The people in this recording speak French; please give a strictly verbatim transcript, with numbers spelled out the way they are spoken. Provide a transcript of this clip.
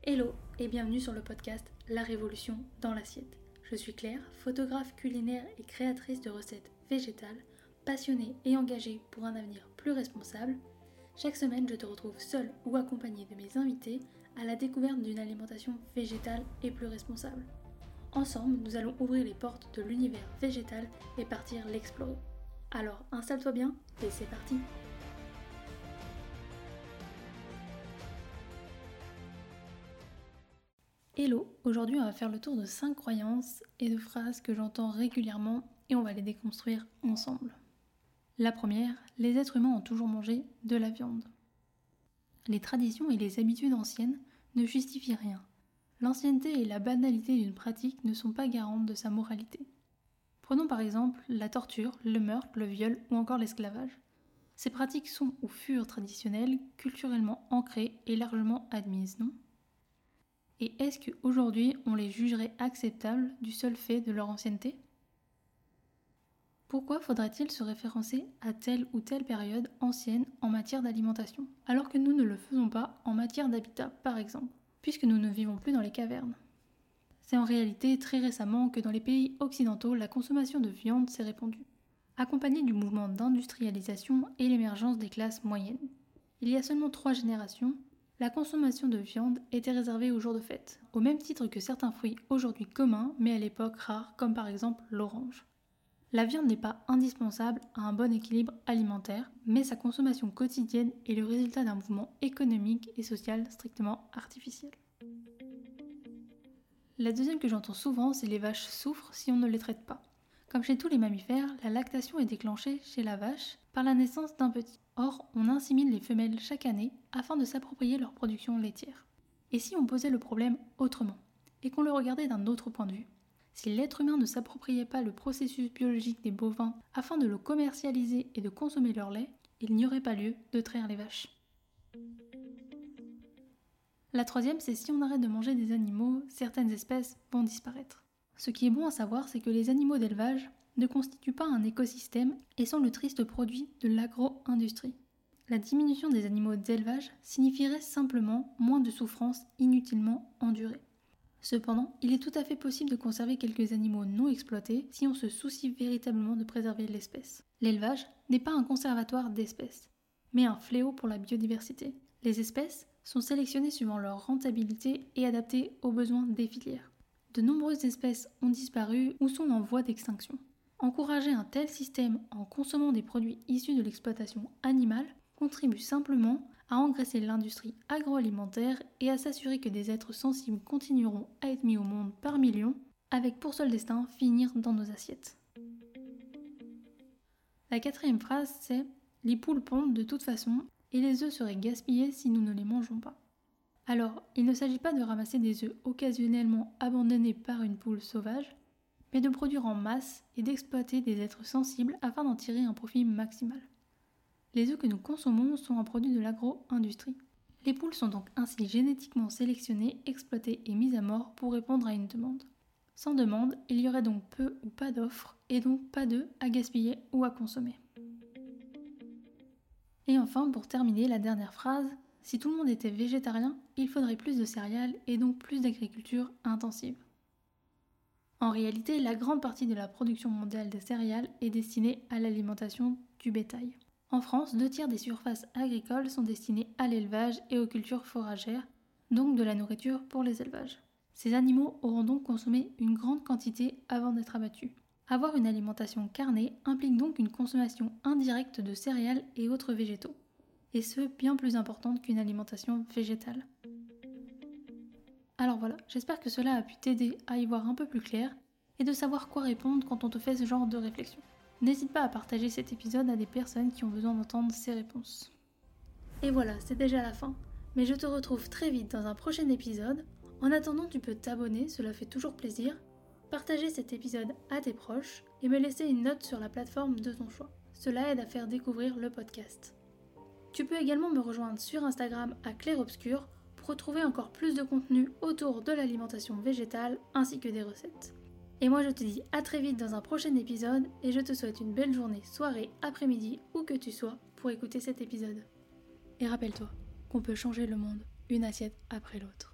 Hello et bienvenue sur le podcast La Révolution dans l'assiette. Je suis Claire, photographe culinaire et créatrice de recettes végétales, passionnée et engagée pour un avenir plus responsable. Chaque semaine, je te retrouve seule ou accompagnée de mes invités à la découverte d'une alimentation végétale et plus responsable. Ensemble, nous allons ouvrir les portes de l'univers végétal et partir l'explorer. Alors installe-toi bien et c'est parti! Hello, aujourd'hui on va faire le tour de cinq croyances et de phrases que j'entends régulièrement et on va les déconstruire ensemble. La première, les êtres humains ont toujours mangé de la viande. Les traditions et les habitudes anciennes ne justifient rien. L'ancienneté et la banalité d'une pratique ne sont pas garantes de sa moralité. Prenons par exemple la torture, le meurtre, le viol ou encore l'esclavage. Ces pratiques sont ou furent traditionnelles, culturellement ancrées et largement admises, non ? Et est-ce qu'aujourd'hui on les jugerait acceptables du seul fait de leur ancienneté ? Pourquoi faudrait-il se référencer à telle ou telle période ancienne en matière d'alimentation, alors que nous ne le faisons pas en matière d'habitat par exemple, puisque nous ne vivons plus dans les cavernes ? C'est en réalité très récemment que dans les pays occidentaux, la consommation de viande s'est répandue, accompagnée du mouvement d'industrialisation et l'émergence des classes moyennes. Il y a seulement trois générations, la consommation de viande était réservée aux jours de fête, au même titre que certains fruits aujourd'hui communs, mais à l'époque rares, comme par exemple l'orange. La viande n'est pas indispensable à un bon équilibre alimentaire, mais sa consommation quotidienne est le résultat d'un mouvement économique et social strictement artificiel. La deuxième que j'entends souvent, c'est les vaches souffrent si on ne les traite pas. Comme chez tous les mammifères, la lactation est déclenchée chez la vache par la naissance d'un petit. Or, on insémine les femelles chaque année afin de s'approprier leur production laitière. Et si on posait le problème autrement, et qu'on le regardait d'un autre point de vue ? Si l'être humain ne s'appropriait pas le processus biologique des bovins afin de le commercialiser et de consommer leur lait, il n'y aurait pas lieu de traire les vaches. La troisième, c'est si on arrête de manger des animaux, certaines espèces vont disparaître. Ce qui est bon à savoir, c'est que les animaux d'élevage ne constituent pas un écosystème et sont le triste produit de l'agro-industrie. La diminution des animaux d'élevage signifierait simplement moins de souffrances inutilement endurées. Cependant, il est tout à fait possible de conserver quelques animaux non exploités si on se soucie véritablement de préserver l'espèce. L'élevage n'est pas un conservatoire d'espèces, mais un fléau pour la biodiversité. Les espèces sont sélectionnées suivant leur rentabilité et adaptées aux besoins des filières. De nombreuses espèces ont disparu ou sont en voie d'extinction. Encourager un tel système en consommant des produits issus de l'exploitation animale contribue simplement à engraisser l'industrie agroalimentaire et à s'assurer que des êtres sensibles continueront à être mis au monde par millions, avec pour seul destin finir dans nos assiettes. La quatrième phrase, c'est « Les poules pondent de toute façon et les œufs seraient gaspillés si nous ne les mangeons pas ». Alors, il ne s'agit pas de ramasser des œufs occasionnellement abandonnés par une poule sauvage, mais de produire en masse et d'exploiter des êtres sensibles afin d'en tirer un profit maximal. Les œufs que nous consommons sont un produit de l'agro-industrie. Les poules sont donc ainsi génétiquement sélectionnées, exploitées et mises à mort pour répondre à une demande. Sans demande, il y aurait donc peu ou pas d'offres et donc pas d'œufs à gaspiller ou à consommer. Et enfin, pour terminer, la dernière phrase, si tout le monde était végétarien, il faudrait plus de céréales et donc plus d'agriculture intensive. En réalité, la grande partie de la production mondiale des céréales est destinée à l'alimentation du bétail. En France, deux tiers des surfaces agricoles sont destinées à l'élevage et aux cultures fourragères, donc de la nourriture pour les élevages. Ces animaux auront donc consommé une grande quantité avant d'être abattus. Avoir une alimentation carnée implique donc une consommation indirecte de céréales et autres végétaux, et ce, bien plus importante qu'une alimentation végétale. Alors voilà, j'espère que cela a pu t'aider à y voir un peu plus clair et de savoir quoi répondre quand on te fait ce genre de réflexion. N'hésite pas à partager cet épisode à des personnes qui ont besoin d'entendre ces réponses. Et voilà, c'est déjà la fin, mais je te retrouve très vite dans un prochain épisode. En attendant, tu peux t'abonner, cela fait toujours plaisir, partager cet épisode à tes proches et me laisser une note sur la plateforme de ton choix. Cela aide à faire découvrir le podcast. Tu peux également me rejoindre sur Instagram à Clairobscur pour retrouver encore plus de contenu autour de l'alimentation végétale ainsi que des recettes. Et moi je te dis à très vite dans un prochain épisode et je te souhaite une belle journée, soirée, après-midi, où que tu sois pour écouter cet épisode. Et rappelle-toi qu'on peut changer le monde une assiette après l'autre.